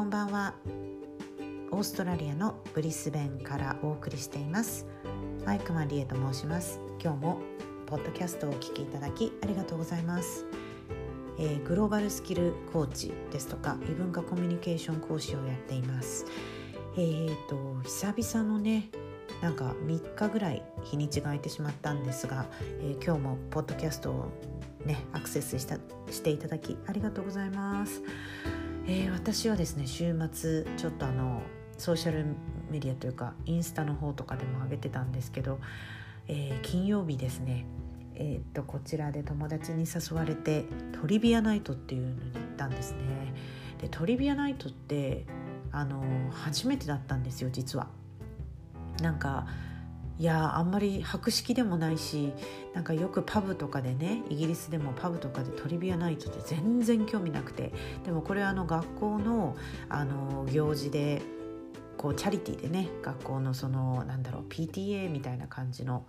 こんばんは。オーストラリアのブリスベンからお送りしていますマイクマリエと申します。今日もポッドキャストをお聞きいただきありがとうございます。グローバルスキルコーチですとか異文化コミュニケーション講師をやっています。久々のねなんか3日ぐらい日にちが空いてしまったんですが、今日もポッドキャストをねアクセスしていただきありがとうございます。私はですね週末ちょっとソーシャルメディアというかインスタの方とかでも上げてたんですけど、金曜日ですねこちらで友達に誘われてトリビアナイトっていうのに行ったんですね。でトリビアナイトって初めてだったんですよ実は。なんかあんまり博識でもないし、なんかよくパブとかでねイギリスでもパブとかでトリビアナイトって全然興味なくて、でもこれは学校の行事でこうチャリティーでね学校のPTA みたいな感じの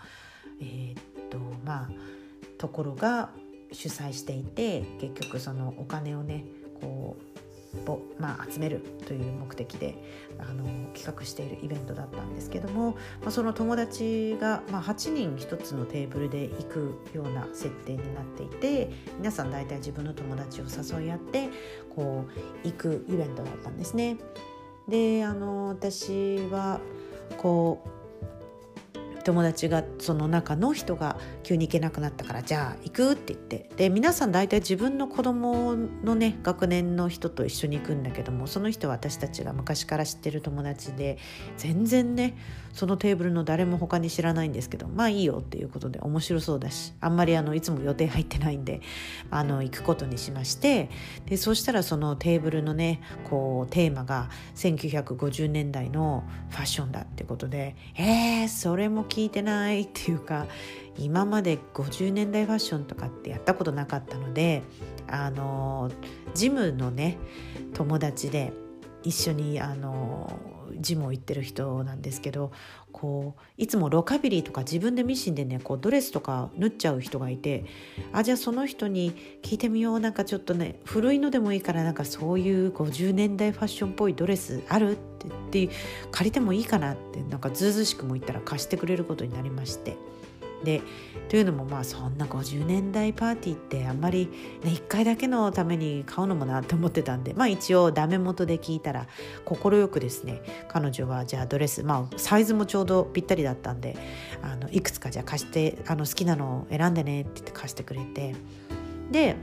ところが主催していて、結局そのお金をねこう集めるという目的で企画しているイベントだったんですけども、その友達が、8人一つのテーブルで行くような設定になっていて、皆さん大体自分の友達を誘い合ってこう行くイベントだったんですね。で私はこう友達がその中の人が急に行けなくなったからじゃあ行くって言って、で皆さん大体自分の子供のね学年の人と一緒に行くんだけども、その人は私たちが昔から知ってる友達で全然ねそのテーブルの誰も他に知らないんですけど、いいよっていうことで面白そうだし、あんまりいつも予定入ってないんで行くことにしまして、でそうしたらそのテーブルのねこうテーマが1950年代のファッションだっていうことで、それも聞いてないっていうか、今まで50年代ファッションとかってやったことなかったので、ジムのね友達で一緒にジムを行ってる人なんですけど、こういつもロカビリーとか自分でミシンでねこうドレスとか縫っちゃう人がいて、じゃあその人に聞いてみよう、なんかちょっとね古いのでもいいからなんかそういう50年代ファッションっぽいドレスあるって言って借りてもいいかなってなんかずうずうしくも言ったら貸してくれることになりまして、でというのもそんな50年代パーティーってあんまりね1回だけのために買うのもなって思ってたんで、一応ダメ元で聞いたら快くですね、彼女はじゃあドレスサイズもちょうどぴったりだったんでいくつかじゃあ貸して好きなのを選んでねって言って貸してくれて、で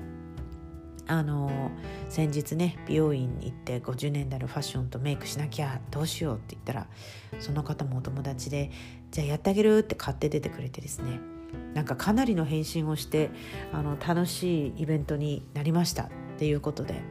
先日ね美容院に行って50年代のファッションとメイクしなきゃどうしようって言ったら、その方もお友達でじゃあやってあげるって買って出てくれてですね、なんかかなりの返信をして楽しいイベントになりましたっていうことで、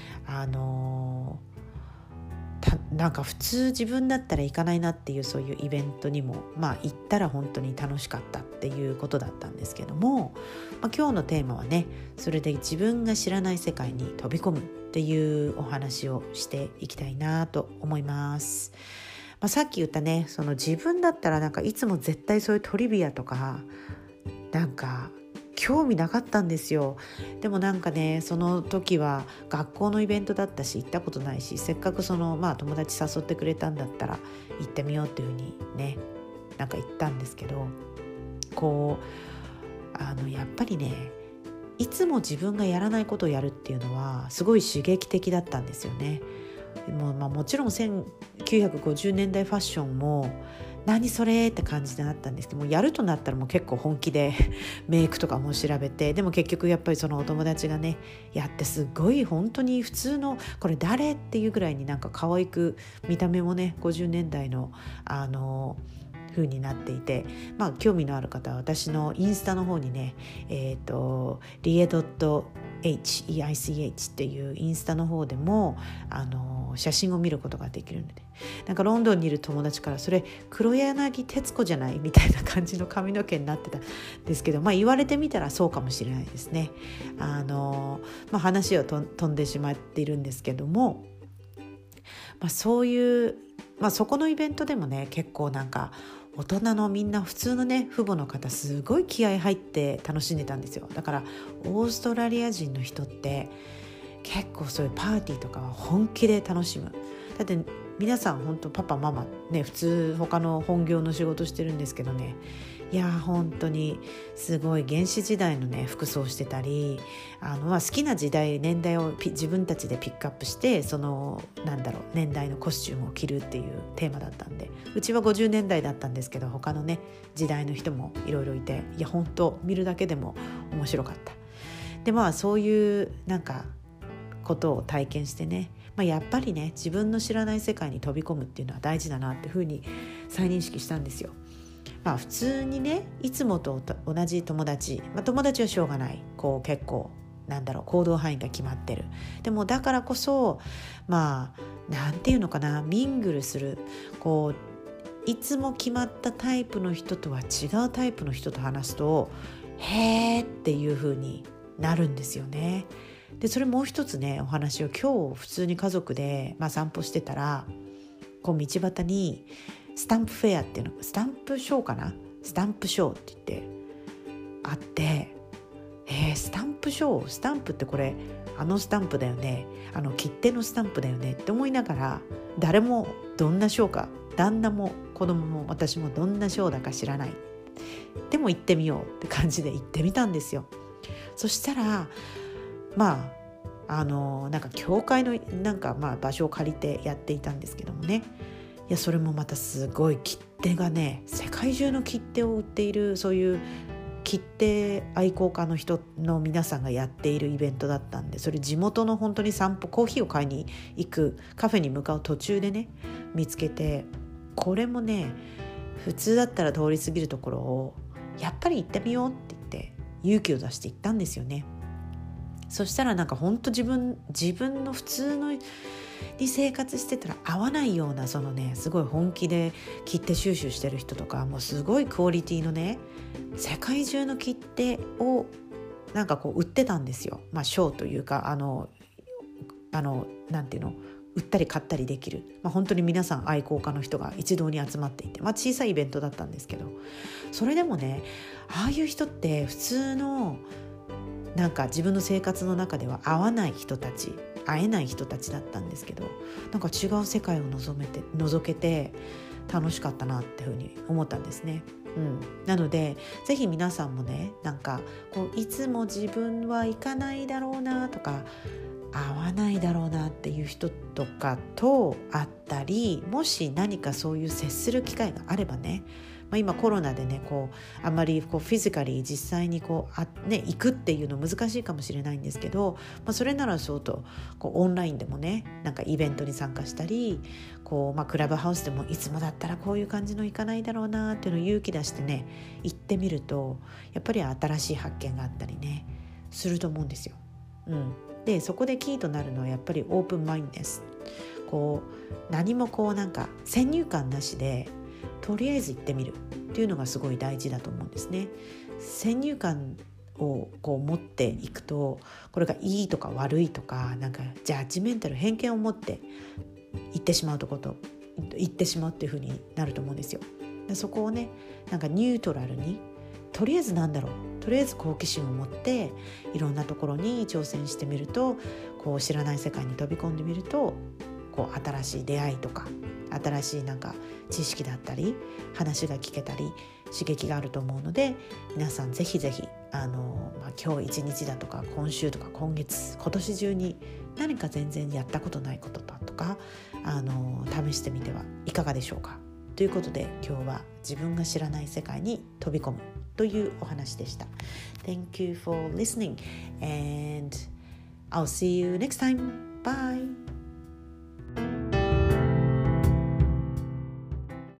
なんか普通自分だったら行かないなっていうそういうイベントにも行ったら本当に楽しかったっていうことだったんですけども、今日のテーマはねそれで自分が知らない世界に飛び込むっていうお話をしていきたいなと思います。さっき言ったねその自分だったらなんかいつも絶対そういうトリビアとかなんか興味なかったんですよ。でもなんかねその時は学校のイベントだったし行ったことないし、せっかく友達誘ってくれたんだったら行ってみようっていう風にねなんか言ったんですけど、こうやっぱりねいつも自分がやらないことをやるっていうのはすごい刺激的だったんですよね。もちろん1950年代ファッションも何それって感じでなったんですけども、やるとなったらもう結構本気でメイクとかも調べて、でも結局やっぱりそのお友達がねやってすごい本当に普通のこれ誰っていうぐらいになんか可愛く見た目もね50年代の風になっていて、興味のある方は私のインスタの方にねrie.heich っていうインスタの方でも写真を見ることができるので、なんかロンドンにいる友達からそれ黒柳徹子じゃないみたいな感じの髪の毛になってたんですけど、言われてみたらそうかもしれないですね。話を飛んでしまっているんですけども、そういう、そこのイベントでもね結構なんか大人のみんな普通のね父母の方すごい気合入って楽しんでたんですよ。だからオーストラリア人の人って結構そういうパーティーとかは本気で楽しむ。だって皆さん本当パパママね、普通他の本業の仕事してるんですけどね、いや本当にすごい原始時代のね服装してたり、好きな時代年代を自分たちでピックアップして、その年代のコスチュームを着るっていうテーマだったんで、うちは50年代だったんですけど、他のね時代の人もいろいろいて、いや本当見るだけでも面白かった。でそういうことを体験してね、やっぱりね自分の知らない世界に飛び込むっていうのは大事だなっていうふうに再認識したんですよ。普通にねいつもと同じ友達、友達はしょうがない、結構行動範囲が決まってる。でもだからこそなんていうのかな、ミングルする、いつも決まったタイプの人とは違うタイプの人と話すと、へーっていう風になるんですよね。でそれもう一つねお話を、今日普通に家族で、散歩してたら、道端にスタンプフェアっていうの、スタンプショーかな、スタンプショーって言ってあって、スタンプショー、スタンプってこれスタンプだよね、切手のスタンプだよねって思いながら、誰もどんなショーか、旦那も子供も私もどんなショーだか知らない、でも行ってみようって感じで行ってみたんですよ。そしたら教会の場所を借りてやっていたんですけどもね、いやそれもまたすごい切手がね、世界中の切手を売っている、そういう切手愛好家の人の皆さんがやっているイベントだったんで、それ地元の本当に散歩、コーヒーを買いに行くカフェに向かう途中でね見つけて、これもね普通だったら通り過ぎるところをやっぱり行ってみようって言って勇気を出して行ったんですよね。そしたら本当自分の普通のに生活してたら合わないような、すごい本気で切手収集してる人とか、もうすごいクオリティのね世界中の切手を売ってたんですよ。ショーというかなんていうの、売ったり買ったりできる、本当に皆さん愛好家の人が一堂に集まっていて、小さいイベントだったんですけど、それでもねああいう人って普通の自分の生活の中では会わない人たち、会えない人たちだったんですけど、違う世界を覗けて楽しかったなっていうふうに思ったんですね。なのでぜひ皆さんもねいつも自分は行かないだろうなとか合わないだろうなっていう人とかと会ったり、もし何かそういう接する機会があればね、今コロナでねあんまりフィジカリー実際に行くっていうの難しいかもしれないんですけど、それならそうとオンラインでもねイベントに参加したり、クラブハウスでもいつもだったらこういう感じの行かないだろうなっていうのを勇気出してね行ってみると、やっぱり新しい発見があったりねすると思うんですよ。でそこでキーとなるのはやっぱりオープンマインドです。何も先入観なしでとりあえず行ってみるっていうのがすごい大事だと思うんですね。先入観を持っていくと、これがいいとか悪いとかジャッジメンタル、偏見を持って行ってしまうっていう風になると思うんですよ。でそこをねニュートラルに、とりあえずとりあえず好奇心を持っていろんなところに挑戦してみると、知らない世界に飛び込んでみると新しい出会いとか新しい知識だったり話が聞けたり刺激があると思うので、皆さんぜひぜひ今日一日だとか今週とか今年中に何か全然やったことないことだとか試してみてはいかがでしょうか。ということで今日は自分が知らない世界に飛び込むというお話でした。 Thank you for listening and I'll see you next time. Bye.